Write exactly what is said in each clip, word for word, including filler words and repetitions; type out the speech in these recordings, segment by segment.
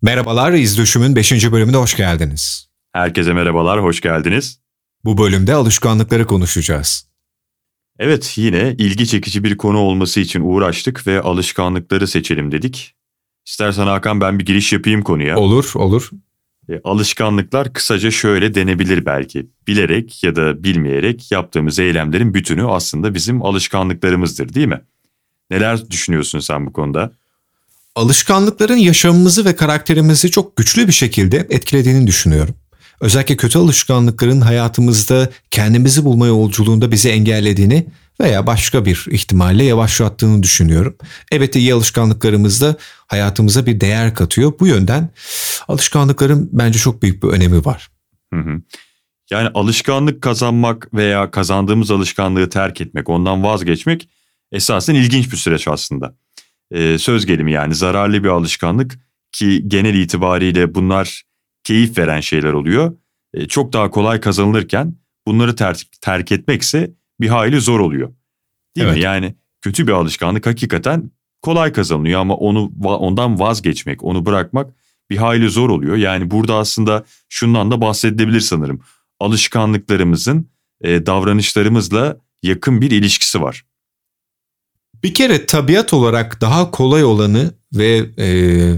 Merhabalar, İz Düşüm'ün beşinci bölümüne hoş geldiniz. Herkese merhabalar, hoş geldiniz. Bu bölümde alışkanlıkları konuşacağız. Evet, yine ilgi çekici bir konu olması için uğraştık ve alışkanlıkları seçelim dedik. İstersen Hakan ben bir giriş yapayım konuya. Olur, olur. E, alışkanlıklar kısaca şöyle denebilir belki. Bilerek ya da bilmeyerek yaptığımız eylemlerin bütünü aslında bizim alışkanlıklarımızdır, değil mi? Neler düşünüyorsun sen bu konuda? Alışkanlıkların yaşamımızı ve karakterimizi çok güçlü bir şekilde etkilediğini düşünüyorum. Özellikle kötü alışkanlıkların hayatımızda kendimizi bulma yolculuğunda bizi engellediğini veya başka bir ihtimalle yavaşlattığını düşünüyorum. Evet, iyi alışkanlıklarımız da hayatımıza bir değer katıyor. Bu yönden alışkanlıkların bence çok büyük bir önemi var. Hı hı. Yani alışkanlık kazanmak veya kazandığımız alışkanlığı terk etmek, ondan vazgeçmek esasen ilginç bir süreç aslında. Ee, söz gelimi yani zararlı bir alışkanlık ki genel itibariyle bunlar keyif veren şeyler oluyor. Ee, çok daha kolay kazanılırken bunları ter- terk etmekse bir hayli zor oluyor. Değil Evet. mi? Yani kötü bir alışkanlık hakikaten kolay kazanılıyor ama onu ondan vazgeçmek, onu bırakmak bir hayli zor oluyor. Yani burada aslında şundan da bahsedilebilir sanırım. Alışkanlıklarımızın e, davranışlarımızla yakın bir ilişkisi var. Bir kere tabiat olarak daha kolay olanı ve e,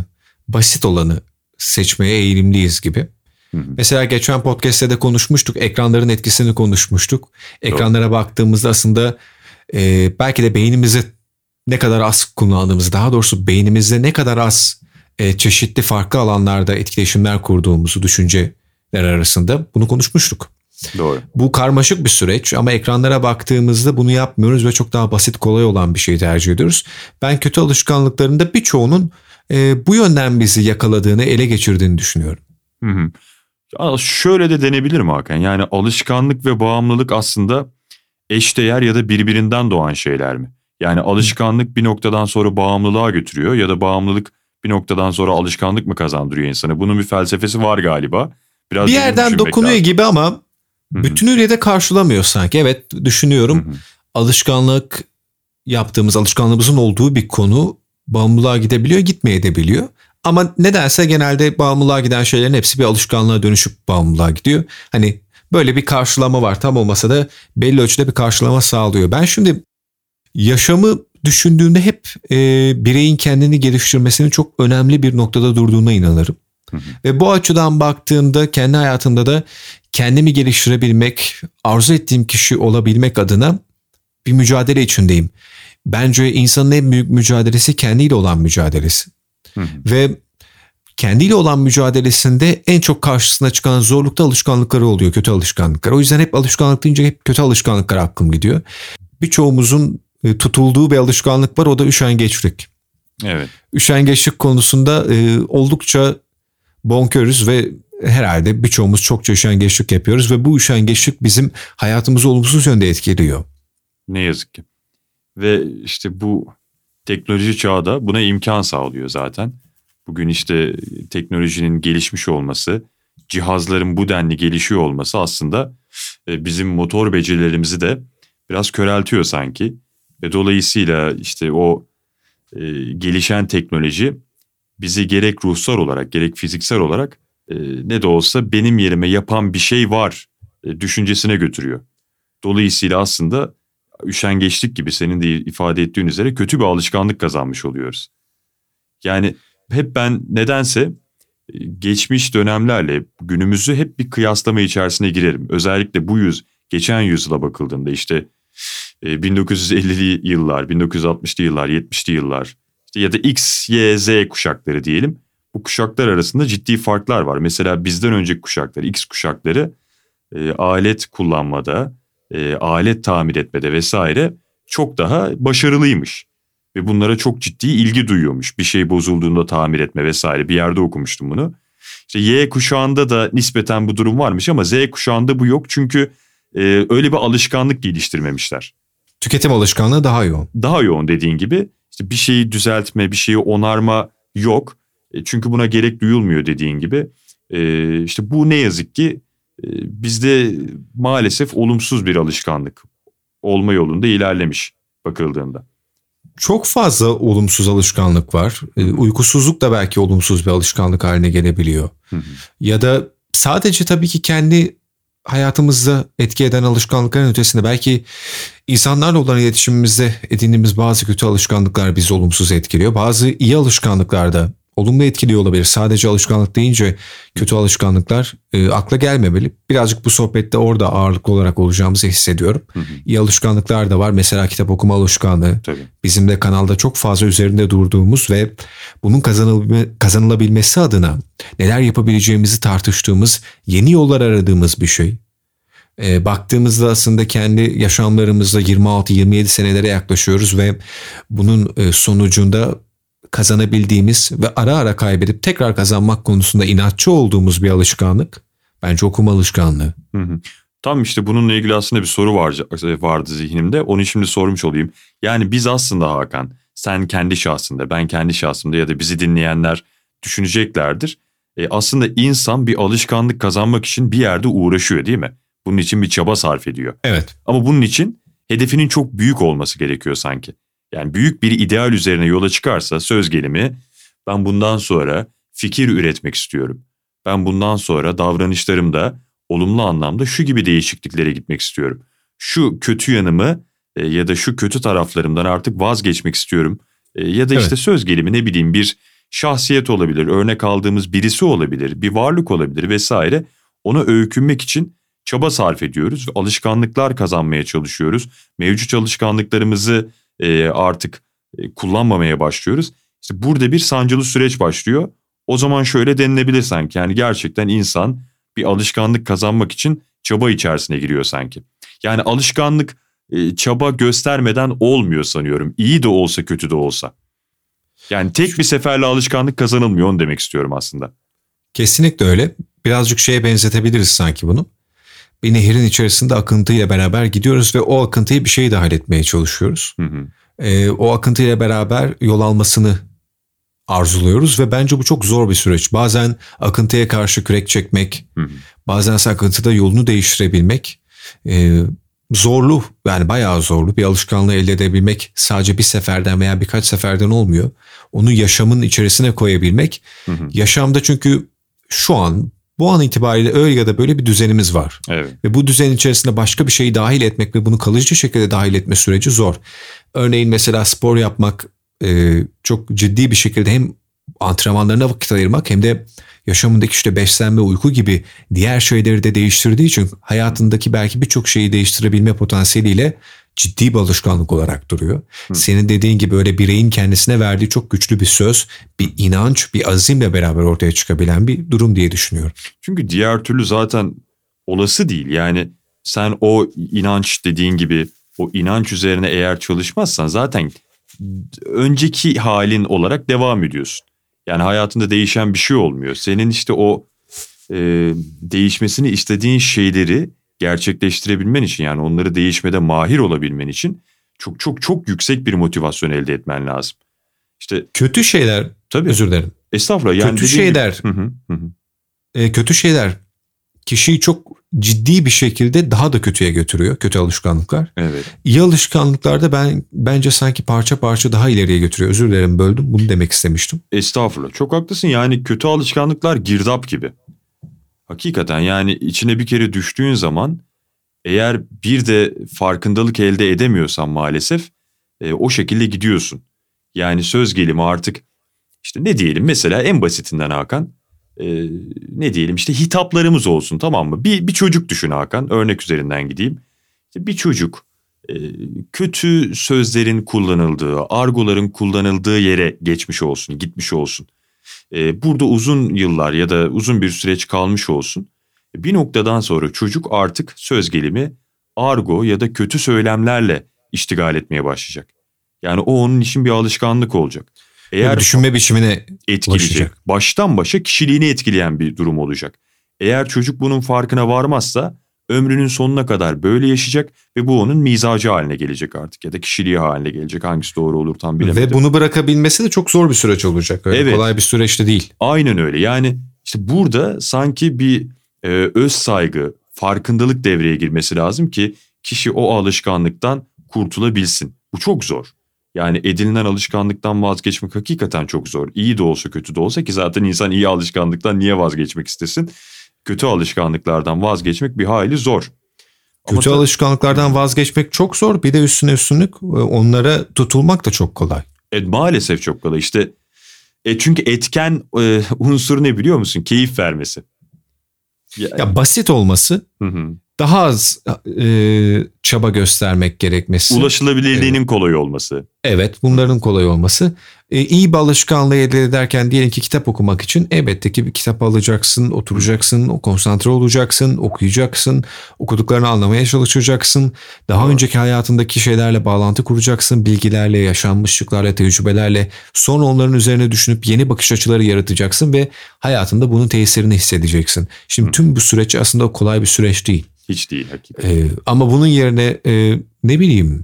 basit olanı seçmeye eğilimliyiz gibi. Hı hı. Mesela geçen podcast'te de konuşmuştuk. Ekranların etkisini konuşmuştuk. Ekranlara Doğru. baktığımızda aslında e, belki de beynimizi ne kadar az kullandığımızı, daha doğrusu beynimizde ne kadar az e, çeşitli farklı alanlarda etkileşimler kurduğumuzu düşünceler arasında bunu konuşmuştuk. Doğru. Bu karmaşık bir süreç ama ekranlara baktığımızda bunu yapmıyoruz ve çok daha basit, kolay olan bir şeyi tercih ediyoruz. Ben kötü alışkanlıklarında birçoğunun e, bu yönden bizi yakaladığını, ele geçirdiğini düşünüyorum. Hı hı. Ya şöyle de denebilir mi Hakan? Yani alışkanlık ve bağımlılık aslında eşdeğer ya da birbirinden doğan şeyler mi? Yani alışkanlık bir noktadan sonra bağımlılığa götürüyor ya da bağımlılık bir noktadan sonra alışkanlık mı kazandırıyor insanı? Bunun bir felsefesi var galiba. Biraz bir yerden dokunuyor lazım. gibi ama bütünüyle de karşılamıyor sanki. Evet, düşünüyorum. Hı hı. Alışkanlık yaptığımız, alışkanlığımızın olduğu bir konu bağımlılığa gidebiliyor, gitmeyebiliyor. Ama nedense genelde bağımlılığa giden şeylerin hepsi bir alışkanlığa dönüşüp bağımlılığa gidiyor. Hani böyle bir karşılama var. Tam olmasa da belli ölçüde bir karşılama sağlıyor. Ben şimdi yaşamı düşündüğümde hep e, bireyin kendini geliştirmesinin çok önemli bir noktada durduğuna inanırım. Hı hı. Ve bu açıdan baktığımda kendi hayatımda da kendimi geliştirebilmek, arzu ettiğim kişi olabilmek adına bir mücadele içindeyim. Bence insanın en büyük mücadelesi kendiyle olan mücadelesi. Hı hı. Ve kendiyle olan mücadelesinde en çok karşısına çıkan zorlukta alışkanlıkları oluyor, kötü alışkanlıklar. O yüzden hep alışkanlık deyince hep kötü alışkanlıklar aklım gidiyor. Birçoğumuzun tutulduğu bir alışkanlık var, o da üşengeçlik. Evet. Üşengeçlik konusunda e, oldukça bonkörüz ve herhalde birçoğumuz çokça üşengeçlik yapıyoruz ve bu üşengeçlik bizim hayatımızı olumsuz yönde etkiliyor. Ne yazık ki. Ve işte bu teknoloji çağı da buna imkan sağlıyor zaten. Bugün işte teknolojinin gelişmiş olması, cihazların bu denli gelişiyor olması aslında bizim motor becerilerimizi de biraz köreltiyor sanki. Ve dolayısıyla işte o e, gelişen teknoloji bizi gerek ruhsal olarak gerek fiziksel olarak e, ne de olsa benim yerime yapan bir şey var e, düşüncesine götürüyor. Dolayısıyla aslında üşengeçlik gibi senin de ifade ettiğin üzere kötü bir alışkanlık kazanmış oluyoruz. Yani hep ben nedense geçmiş dönemlerle günümüzü hep bir kıyaslama içerisine girerim. Özellikle bu yüz, geçen yüzyıla bakıldığında işte bin dokuz yüz ellili yıllar, bin dokuz yüz altmışlı yıllar, yetmişli yıllar işte ya da X, Y, Z kuşakları diyelim. Bu kuşaklar arasında ciddi farklar var. Mesela bizden önceki kuşaklar, X kuşakları e, alet kullanmada, e, alet tamir etmede vesaire çok daha başarılıymış. Ve bunlara çok ciddi ilgi duyuyormuş. Bir şey bozulduğunda tamir etme vesaire, bir yerde okumuştum bunu. İşte Y kuşağında da nispeten bu durum varmış ama Z kuşağında bu yok. Çünkü e, öyle bir alışkanlık geliştirmemişler. Tüketim alışkanlığı daha yoğun. Daha yoğun dediğin gibi. İşte bir şeyi düzeltme, bir şeyi onarma yok. E, çünkü buna gerek duyulmuyor dediğin gibi. E, işte bu ne yazık ki e, bizde maalesef olumsuz bir alışkanlık olma yolunda ilerlemiş bakıldığında. Çok fazla olumsuz alışkanlık var. E, uykusuzluk da belki olumsuz bir alışkanlık haline gelebiliyor. Hı hı. Ya da sadece tabii ki kendi hayatımızda etki eden alışkanlıkların ötesinde belki insanlarla olan iletişimimizde edindiğimiz bazı kötü alışkanlıklar bizi olumsuz etkiliyor. Bazı iyi alışkanlıklar da olumlu etkiliyor olabilir. Sadece alışkanlık deyince kötü alışkanlıklar e, akla gelmemeli. Birazcık bu sohbette orada ağırlıklı olarak olacağımızı hissediyorum. Hı hı. İyi alışkanlıklar da var. Mesela kitap okuma alışkanlığı. Tabii. Bizim de kanalda çok fazla üzerinde durduğumuz ve bunun kazanılabilme, kazanılabilmesi adına neler yapabileceğimizi tartıştığımız, yeni yollar aradığımız bir şey. E, baktığımızda aslında kendi yaşamlarımızda yirmi altı yirmi yedi senelere yaklaşıyoruz ve bunun e, sonucunda kazanabildiğimiz ve ara ara kaybedip tekrar kazanmak konusunda inatçı olduğumuz bir alışkanlık. Bence okuma alışkanlığı. Hı hı. Tam işte bununla ilgili aslında bir soru var, vardı zihnimde. Onu şimdi sormuş olayım. Yani biz aslında Hakan, sen kendi şahsında, ben kendi şahsımda ya da bizi dinleyenler düşüneceklerdir. E aslında insan bir alışkanlık kazanmak için bir yerde uğraşıyor değil mi? Bunun için bir çaba sarf ediyor. Evet. Ama bunun için hedefinin çok büyük olması gerekiyor sanki. Yani büyük bir ideal üzerine yola çıkarsa söz gelimi, ben bundan sonra fikir üretmek istiyorum. Ben bundan sonra davranışlarımda olumlu anlamda şu gibi değişikliklere gitmek istiyorum. Şu kötü yanımı e, ya da şu kötü taraflarımdan artık vazgeçmek istiyorum. E, ya da işte evet. söz gelimi ne bileyim bir şahsiyet olabilir, örnek aldığımız birisi olabilir, bir varlık olabilir vesaire. Ona öykünmek için çaba sarf ediyoruz ve alışkanlıklar kazanmaya çalışıyoruz. Mevcut alışkanlıklarımızı e, artık e, kullanmamaya başlıyoruz. İşte burada bir sancılı süreç başlıyor. O zaman şöyle denilebilir sanki, yani gerçekten insan bir alışkanlık kazanmak için çaba içerisine giriyor sanki. Yani alışkanlık e, çaba göstermeden olmuyor sanıyorum. İyi de olsa kötü de olsa. Yani tek bir seferle alışkanlık kazanılmıyor, onu demek istiyorum aslında. Kesinlikle öyle. Birazcık şeye benzetebiliriz sanki bunu. Bir nehrin içerisinde akıntıyla beraber gidiyoruz ve o akıntıyı bir şeye dahil etmeye çalışıyoruz. Hı hı. E, o akıntıyla beraber yol almasını arzuluyoruz ve bence bu çok zor bir süreç. Bazen akıntıya karşı kürek çekmek, hı hı. bazen akıntıda yolunu değiştirebilmek e, zorlu, yani bayağı zorlu bir alışkanlığı elde edebilmek sadece bir seferden veya birkaç seferden olmuyor. Onu yaşamın içerisine koyabilmek, hı hı. yaşamda çünkü şu an bu an itibariyle öyle ya da böyle bir düzenimiz var. Evet. Ve bu düzenin içerisinde başka bir şeyi dahil etmek ve bunu kalıcı şekilde dahil etme süreci zor. Örneğin mesela spor yapmak e, çok ciddi bir şekilde hem antrenmanlarına vakit ayırmak hem de yaşamındaki işte beslenme, uyku gibi diğer şeyleri de değiştirdiği için hayatındaki belki birçok şeyi değiştirebilme potansiyeliyle ciddi bir alışkanlık olarak duruyor. Hı. Senin dediğin gibi öyle bireyin kendisine verdiği çok güçlü bir söz, bir inanç, bir azimle beraber ortaya çıkabilen bir durum diye düşünüyorum. Çünkü diğer türlü zaten olası değil. Yani sen o inanç dediğin gibi o inanç üzerine eğer çalışmazsan zaten önceki halin olarak devam ediyorsun. Yani hayatında değişen bir şey olmuyor. Senin işte o e, değişmesini istediğin şeyleri gerçekleştirebilmen için, yani onları değişmede mahir olabilmen için çok çok çok yüksek bir motivasyon elde etmen lazım. İşte kötü şeyler, tabii özür dilerim. Estağfurullah. Yani kötü şeyler, gibi, hı hı, hı. E, kötü şeyler kişiyi çok ciddi bir şekilde daha da kötüye götürüyor, kötü alışkanlıklar. Evet. İyi alışkanlıklarda ben bence sanki parça parça daha ileriye götürüyor. Özür dilerim, böldüm. Bunu demek istemiştim. Estağfurullah. Çok haklısın. Yani kötü alışkanlıklar girdap gibi. Hakikaten yani içine bir kere düştüğün zaman eğer bir de farkındalık elde edemiyorsan maalesef e, o şekilde gidiyorsun. Yani söz gelimi artık işte ne diyelim, mesela en basitinden Hakan, e, ne diyelim işte hitaplarımız olsun, tamam mı? Bir, bir çocuk düşün Hakan, örnek üzerinden gideyim. İşte bir çocuk e, kötü sözlerin kullanıldığı, argoların kullanıldığı yere geçmiş olsun, gitmiş olsun. Burada uzun yıllar ya da uzun bir süreç kalmış olsun. Bir noktadan sonra çocuk artık söz gelimi argo ya da kötü söylemlerle iştigal etmeye başlayacak. Yani o onun için bir alışkanlık olacak. Eğer düşünme biçimine etkileyecek. ulaşacak. Baştan başa kişiliğini etkileyen bir durum olacak. Eğer çocuk bunun farkına varmazsa ömrünün sonuna kadar böyle yaşayacak ve bu onun mizacı haline gelecek artık ya da kişiliği haline gelecek. Hangisi doğru olur tam bilemedim. Ve bunu bırakabilmesi de çok zor bir süreç olacak. Öyle evet. Kolay bir süreç de değil. Aynen öyle. Yani işte burada sanki bir e, öz saygı, farkındalık devreye girmesi lazım ki kişi o alışkanlıktan kurtulabilsin. Bu çok zor. Yani edinilen alışkanlıktan vazgeçmek hakikaten çok zor. İyi de olsa kötü de olsa, ki zaten insan iyi alışkanlıktan niye vazgeçmek istesin? Kötü alışkanlıklardan vazgeçmek bir hayli zor. Kötü Ama alışkanlıklardan vazgeçmek çok zor. Bir de üstüne üstünlük onlara tutulmak da çok kolay. E, maalesef çok kolay. İşte e, çünkü etken e, unsur ne biliyor musun? Keyif vermesi. Ya, ya basit olması, hı hı. daha az e, çaba göstermek gerekmesi. Ulaşılabilirliğinin evet. kolay olması. Evet, bunların kolay olması. E, iyi bir alışkanlığı elde ederken diyelim ki kitap okumak için elbette ki bir kitap alacaksın, oturacaksın, konsantre olacaksın, okuyacaksın, okuduklarını anlamaya çalışacaksın. Daha evet. önceki hayatındaki şeylerle bağlantı kuracaksın, bilgilerle, yaşanmışlıklarla, tecrübelerle. Sonra onların üzerine düşünüp yeni bakış açıları yaratacaksın ve hayatında bunun tesirini hissedeceksin. Şimdi Hı. tüm bu süreç aslında kolay bir süreç değil. Hiç değil hakikaten. Ee, ama bunun yerine e, ne bileyim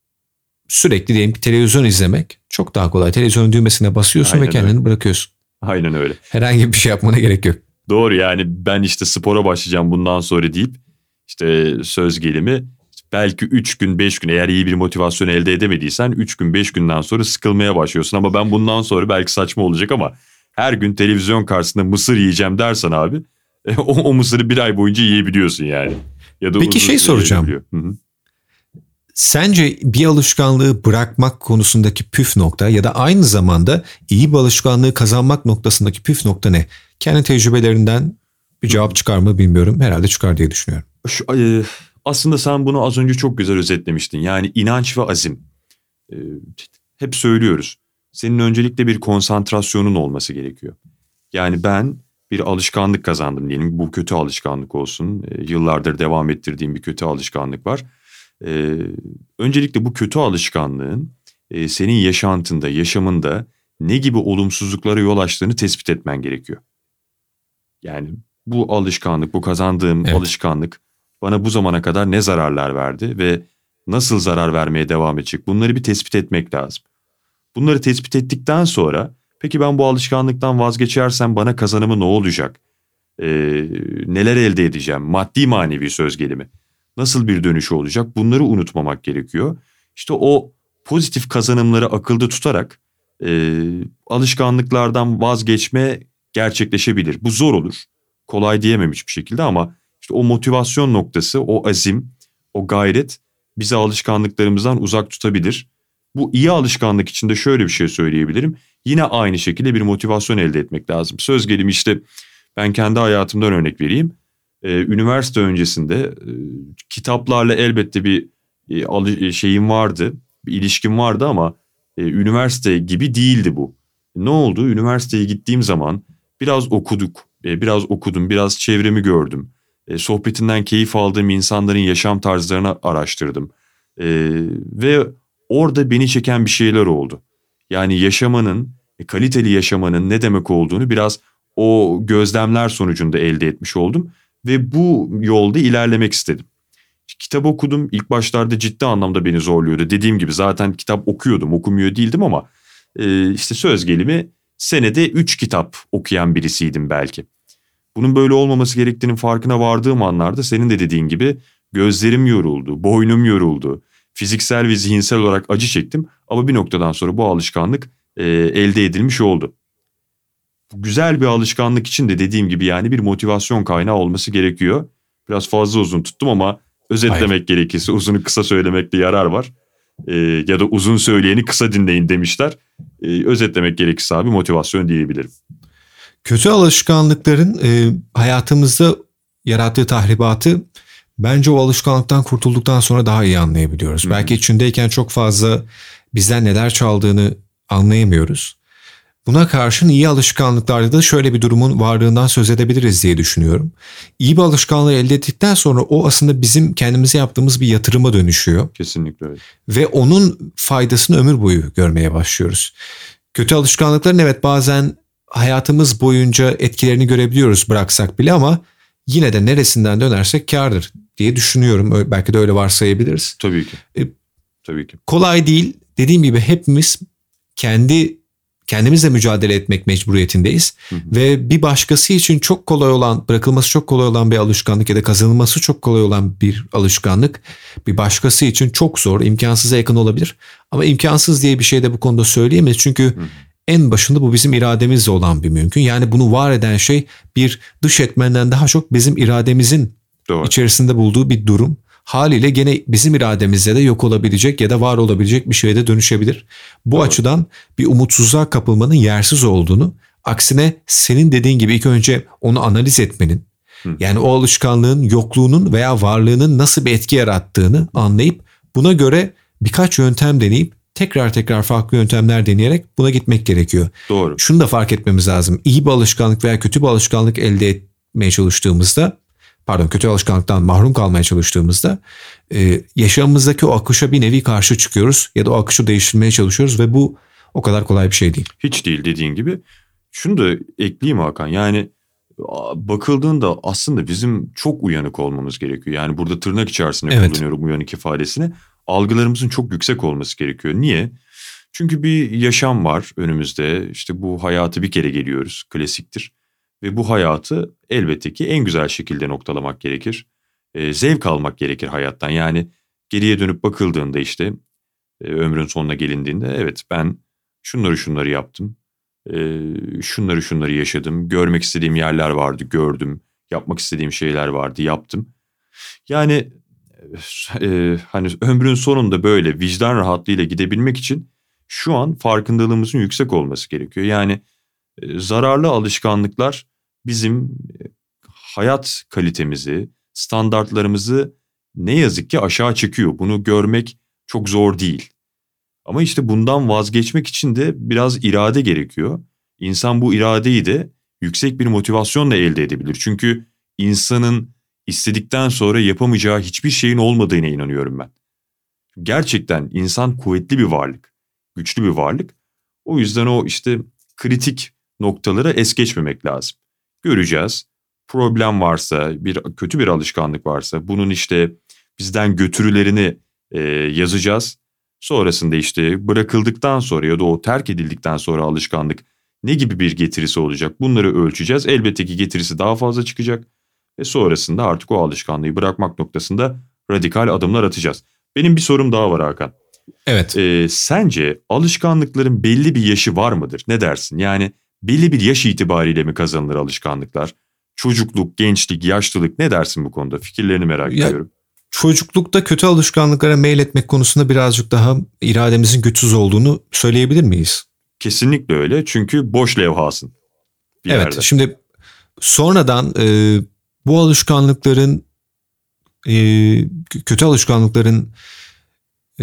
sürekli diyelim ki televizyon izlemek çok daha kolay. Televizyonun düğmesine basıyorsun Aynen ve kendini öyle. bırakıyorsun. Aynen öyle. Herhangi bir şey yapmana gerek yok. Doğru, yani ben işte spora başlayacağım bundan sonra deyip işte söz gelimi belki üç gün beş gün, eğer iyi bir motivasyon elde edemediysen üç gün beş günden sonra sıkılmaya başlıyorsun. Ama ben bundan sonra, belki saçma olacak ama her gün televizyon karşısında mısır yiyeceğim dersen abi o, o mısırı bir ay boyunca yiyebiliyorsun yani. Ya da Peki şey soracağım. Hı hı. Sence bir alışkanlığı bırakmak konusundaki püf nokta ya da aynı zamanda iyi bir alışkanlığı kazanmak noktasındaki püf nokta ne? Kendi tecrübelerinden bir cevap çıkar mı bilmiyorum. Herhalde çıkar diye düşünüyorum. Şu, e, aslında sen bunu az önce çok güzel özetlemiştin. Yani inanç ve azim. E, hep söylüyoruz. Senin öncelikle bir konsantrasyonun olması gerekiyor. Yani ben bir alışkanlık kazandım diyelim. Bu kötü alışkanlık olsun. E, yıllardır devam ettirdiğim bir kötü alışkanlık var. Ee, öncelikle bu kötü alışkanlığın e, senin yaşantında, yaşamında ne gibi olumsuzluklara yol açtığını tespit etmen gerekiyor. Yani bu alışkanlık, bu kazandığım evet. alışkanlık bana bu zamana kadar ne zararlar verdi ve nasıl zarar vermeye devam edecek? Bunları bir tespit etmek lazım. Bunları tespit ettikten sonra peki ben bu alışkanlıktan vazgeçersem bana kazanımı ne olacak? Ee, neler elde edeceğim? Maddi manevi söz gelimi. Nasıl bir dönüşü olacak? Bunları unutmamak gerekiyor. İşte o pozitif kazanımları akılda tutarak e, alışkanlıklardan vazgeçme gerçekleşebilir. Bu zor olur. Kolay diyemem hiçbir şekilde ama işte o motivasyon noktası, o azim, o gayret bizi alışkanlıklarımızdan uzak tutabilir. Bu iyi alışkanlık için de şöyle bir şey söyleyebilirim. Yine aynı şekilde bir motivasyon elde etmek lazım. Söz gelimi işte ben kendi hayatımdan örnek vereyim. Ee, üniversite öncesinde e, kitaplarla elbette bir e, şeyim vardı, bir ilişkim vardı ama e, üniversite gibi değildi bu. Ne oldu? Üniversiteye gittiğim zaman biraz okuduk, e, biraz okudum, biraz çevremi gördüm. E, sohbetinden keyif aldığım insanların yaşam tarzlarını araştırdım. E, ve orada beni çeken bir şeyler oldu. Yani yaşamanın, e, kaliteli yaşamanın ne demek olduğunu biraz o gözlemler sonucunda elde etmiş oldum. Ve bu yolda ilerlemek istedim. Kitap okudum. İlk başlarda ciddi anlamda beni zorluyordu. Dediğim gibi zaten kitap okuyordum, okumuyor değildim ama e, işte söz gelimi senede üç kitap okuyan birisiydim belki. Bunun böyle olmaması gerektiğinin farkına vardığım anlarda senin de dediğin gibi gözlerim yoruldu, boynum yoruldu. Fiziksel ve zihinsel olarak acı çektim ama bir noktadan sonra bu alışkanlık e, elde edilmiş oldu. Güzel bir alışkanlık için de dediğim gibi yani bir motivasyon kaynağı olması gerekiyor. Biraz fazla uzun tuttum ama özetlemek Hayır. gerekirse uzunu kısa söylemekte yarar var. Ee, ya da uzun söyleyeni kısa dinleyin demişler. Ee, özetlemek gerekirse abi motivasyon diyebilirim. Kötü alışkanlıkların e, hayatımızda yarattığı tahribatı bence o alışkanlıktan kurtulduktan sonra daha iyi anlayabiliyoruz. Hı-hı. Belki içindeyken çok fazla bizden neler çaldığını anlayamıyoruz. Buna karşın iyi alışkanlıklarda da şöyle bir durumun varlığından söz edebiliriz diye düşünüyorum. İyi bir alışkanlığı elde ettikten sonra o aslında bizim kendimize yaptığımız bir yatırıma dönüşüyor. Kesinlikle öyle. Ve onun faydasını ömür boyu görmeye başlıyoruz. Kötü alışkanlıkların evet bazen hayatımız boyunca etkilerini görebiliyoruz bıraksak bile ama yine de neresinden dönersek kârdır diye düşünüyorum. Belki de öyle varsayabiliriz. Tabii ki. Tabii ki. Kolay değil. Dediğim gibi hepimiz kendi kendimizle mücadele etmek mecburiyetindeyiz. Hı hı. Ve bir başkası için çok kolay olan, bırakılması çok kolay olan bir alışkanlık ya da kazanılması çok kolay olan bir alışkanlık bir başkası için çok zor, imkansıza yakın olabilir. Ama imkansız diye bir şey de bu konuda söyleyemeyiz. Çünkü hı hı. en başında bu bizim irademizle olan bir mümkün. Yani bunu var eden şey bir dış etmenden daha çok bizim irademizin Doğru. içerisinde bulduğu bir durum. Haliyle gene bizim irademizle de yok olabilecek ya da var olabilecek bir şeye de dönüşebilir. Bu Doğru. açıdan bir umutsuzluğa kapılmanın yersiz olduğunu, aksine senin dediğin gibi ilk önce onu analiz etmenin, Hı. yani o alışkanlığın yokluğunun veya varlığının nasıl bir etki yarattığını anlayıp buna göre birkaç yöntem deneyip tekrar tekrar farklı yöntemler deneyerek buna gitmek gerekiyor. Doğru. Şunu da fark etmemiz lazım. İyi bir alışkanlık veya kötü bir alışkanlık elde etmeye çalıştığımızda, pardon kötü alışkanlıktan mahrum kalmaya çalıştığımızda e, yaşamımızdaki o akışa bir nevi karşı çıkıyoruz ya da o akışı değiştirmeye çalışıyoruz ve bu o kadar kolay bir şey değil. Hiç değil dediğin gibi. Şunu da ekleyeyim Hakan, yani bakıldığında aslında bizim çok uyanık olmamız gerekiyor. Yani burada tırnak içerisinde evet. kullanıyorum uyanık ifadesini. Algılarımızın çok yüksek olması gerekiyor. Niye? Çünkü bir yaşam var önümüzde. İşte bu hayatı bir kere geliyoruz, klasiktir. Ve bu hayatı elbette ki en güzel şekilde noktalamak gerekir. E, zevk almak gerekir hayattan. Yani geriye dönüp bakıldığında işte e, ömrün sonuna gelindiğinde evet ben şunları şunları yaptım. E, şunları şunları yaşadım. Görmek istediğim yerler vardı, gördüm. Yapmak istediğim şeyler vardı, yaptım. Yani e, hani ömrün sonunda böyle vicdan rahatlığıyla gidebilmek için şu an farkındalığımızın yüksek olması gerekiyor. Yani e, zararlı alışkanlıklar bizim hayat kalitemizi, standartlarımızı ne yazık ki aşağı çekiyor. Bunu görmek çok zor değil. Ama işte bundan vazgeçmek için de biraz irade gerekiyor. İnsan bu iradeyi de yüksek bir motivasyonla elde edebilir. Çünkü insanın istedikten sonra yapamayacağı hiçbir şeyin olmadığına inanıyorum ben. Gerçekten insan kuvvetli bir varlık, güçlü bir varlık. O yüzden o işte kritik noktalara es geçmemek lazım. Göreceğiz. Problem varsa, bir kötü bir alışkanlık varsa bunun işte bizden götürülerini e, yazacağız. Sonrasında işte bırakıldıktan sonra ya da o terk edildikten sonra alışkanlık ne gibi bir getirisi olacak? Bunları ölçeceğiz. Elbette ki getirisi daha fazla çıkacak. Ve sonrasında artık o alışkanlığı bırakmak noktasında radikal adımlar atacağız. Benim bir sorum daha var Hakan. Evet. Ee, sence alışkanlıkların belli bir yaşı var mıdır? Ne dersin? Yani belli bir yaş itibariyle mi kazanılır alışkanlıklar? Çocukluk, gençlik, yaşlılık, ne dersin bu konuda? Fikirlerini merak ya, ediyorum. Çocuklukta kötü alışkanlıklara meyletmek konusunda birazcık daha irademizin güçsüz olduğunu söyleyebilir miyiz? Kesinlikle öyle, çünkü boş levhasın. Evet yerde. Şimdi sonradan e, bu alışkanlıkların e, kötü alışkanlıkların e,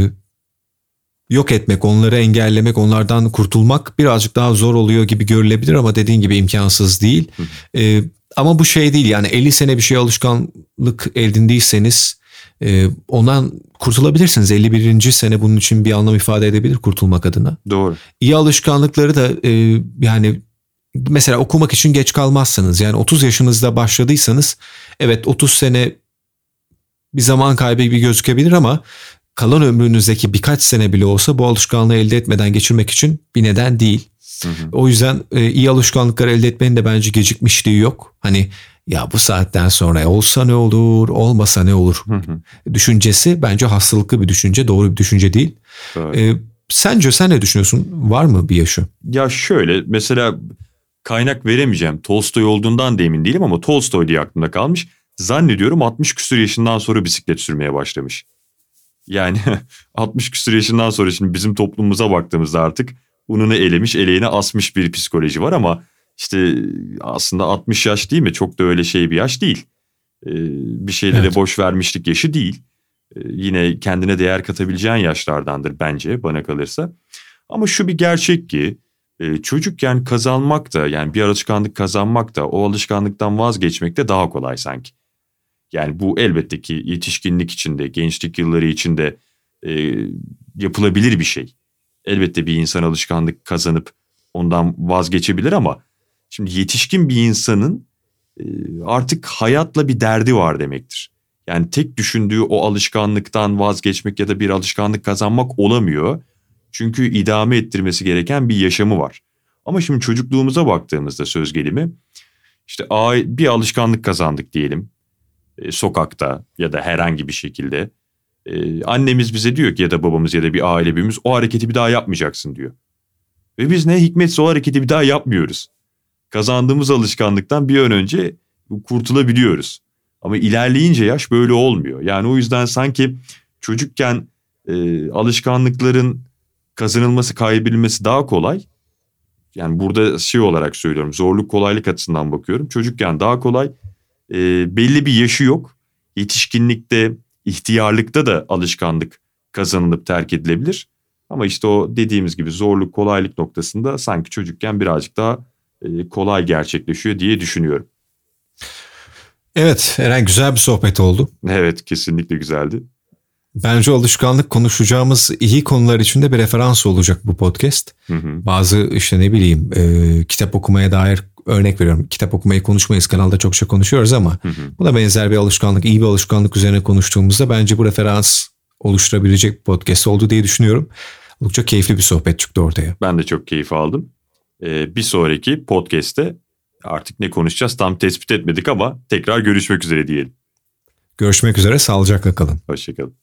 yok etmek, onları engellemek, onlardan kurtulmak birazcık daha zor oluyor gibi görülebilir ama dediğin gibi imkansız değil. E, ama bu şey değil, yani elli sene bir şey alışkanlık edindiyseniz e, ondan kurtulabilirsiniz. elli birinci sene bunun için bir anlam ifade edebilir kurtulmak adına. Doğru. İyi alışkanlıkları da e, yani mesela okumak için geç kalmazsınız. Yani otuz yaşınızda başladıysanız evet otuz sene bir zaman kaybı gibi gözükebilir ama kalan ömrünüzdeki birkaç sene bile olsa bu alışkanlığı elde etmeden geçirmek için bir neden değil. Hı hı. O yüzden e, iyi alışkanlıklar elde etmenin de bence gecikmişliği yok. Hani ya bu saatten sonra olsa ne olur, olmasa ne olur hı hı. düşüncesi bence hastalıklı bir düşünce, doğru bir düşünce değil. E, sence sen ne düşünüyorsun? Var mı bir yaşı? Ya şöyle, mesela kaynak veremeyeceğim. Tolstoy olduğundan da emin değilim ama Tolstoy diye aklımda kalmış. Zannediyorum altmış küsur yaşından sonra bisiklet sürmeye başlamış. Yani altmış küsur yaşından sonra şimdi bizim toplumumuza baktığımızda artık ununu elemiş, eleğine asmış bir psikoloji var ama işte aslında altmış yaş değil mi? Çok da öyle şey bir yaş değil. Ee, bir şeylere evet. boş vermişlik yaşı değil. Ee, yine kendine değer katabileceğin yaşlardandır bence bana kalırsa. Ama şu bir gerçek ki e, çocukken kazanmak da, yani bir alışkanlık kazanmak da o alışkanlıktan vazgeçmek de daha kolay sanki. Yani bu elbette ki yetişkinlik içinde, gençlik yılları içinde e, yapılabilir bir şey. Elbette bir insan alışkanlık kazanıp ondan vazgeçebilir ama şimdi yetişkin bir insanın e, artık hayatla bir derdi var demektir. Yani tek düşündüğü o alışkanlıktan vazgeçmek ya da bir alışkanlık kazanmak olamıyor. Çünkü idame ettirmesi gereken bir yaşamı var. Ama şimdi çocukluğumuza baktığımızda söz gelimi işte bir alışkanlık kazandık diyelim. E, sokakta ya da herhangi bir şekilde. E, annemiz bize diyor ki ya da babamız ya da bir aile büyüğümüz o hareketi bir daha yapmayacaksın diyor. Ve biz ne hikmetse o hareketi bir daha yapmıyoruz. Kazandığımız alışkanlıktan bir an önce kurtulabiliyoruz. Ama ilerleyince yaş böyle olmuyor. Yani o yüzden sanki çocukken e, alışkanlıkların kazanılması, kaybedilmesi daha kolay. Yani burada şey olarak söylüyorum, zorluk kolaylık açısından bakıyorum. Çocukken daha kolay, e, belli bir yaşı yok. Yetişkinlikte, ihtiyarlıkta da alışkanlık kazanılıp terk edilebilir. Ama işte o dediğimiz gibi zorluk kolaylık noktasında sanki çocukken birazcık daha e, kolay gerçekleşiyor diye düşünüyorum. Evet Eren, güzel bir sohbet oldu. Evet, kesinlikle güzeldi. Bence alışkanlık konuşacağımız iyi konular için de bir referans olacak bu podcast. Hı hı. Bazı işte ne bileyim e, kitap okumaya dair örnek veriyorum. Kitap okumayı konuşmayız, kanalda çokça konuşuyoruz ama Hı hı. buna benzer bir alışkanlık, iyi bir alışkanlık üzerine konuştuğumuzda bence bu referans oluşturabilecek bir podcast oldu diye düşünüyorum. Oldukça keyifli bir sohbet çıktı ortaya. Ben de çok keyif aldım. Ee, bir sonraki podcast'te artık ne konuşacağız tam tespit etmedik ama tekrar görüşmek üzere diyelim. Görüşmek üzere, sağlıcakla kalın. Hoşçakalın.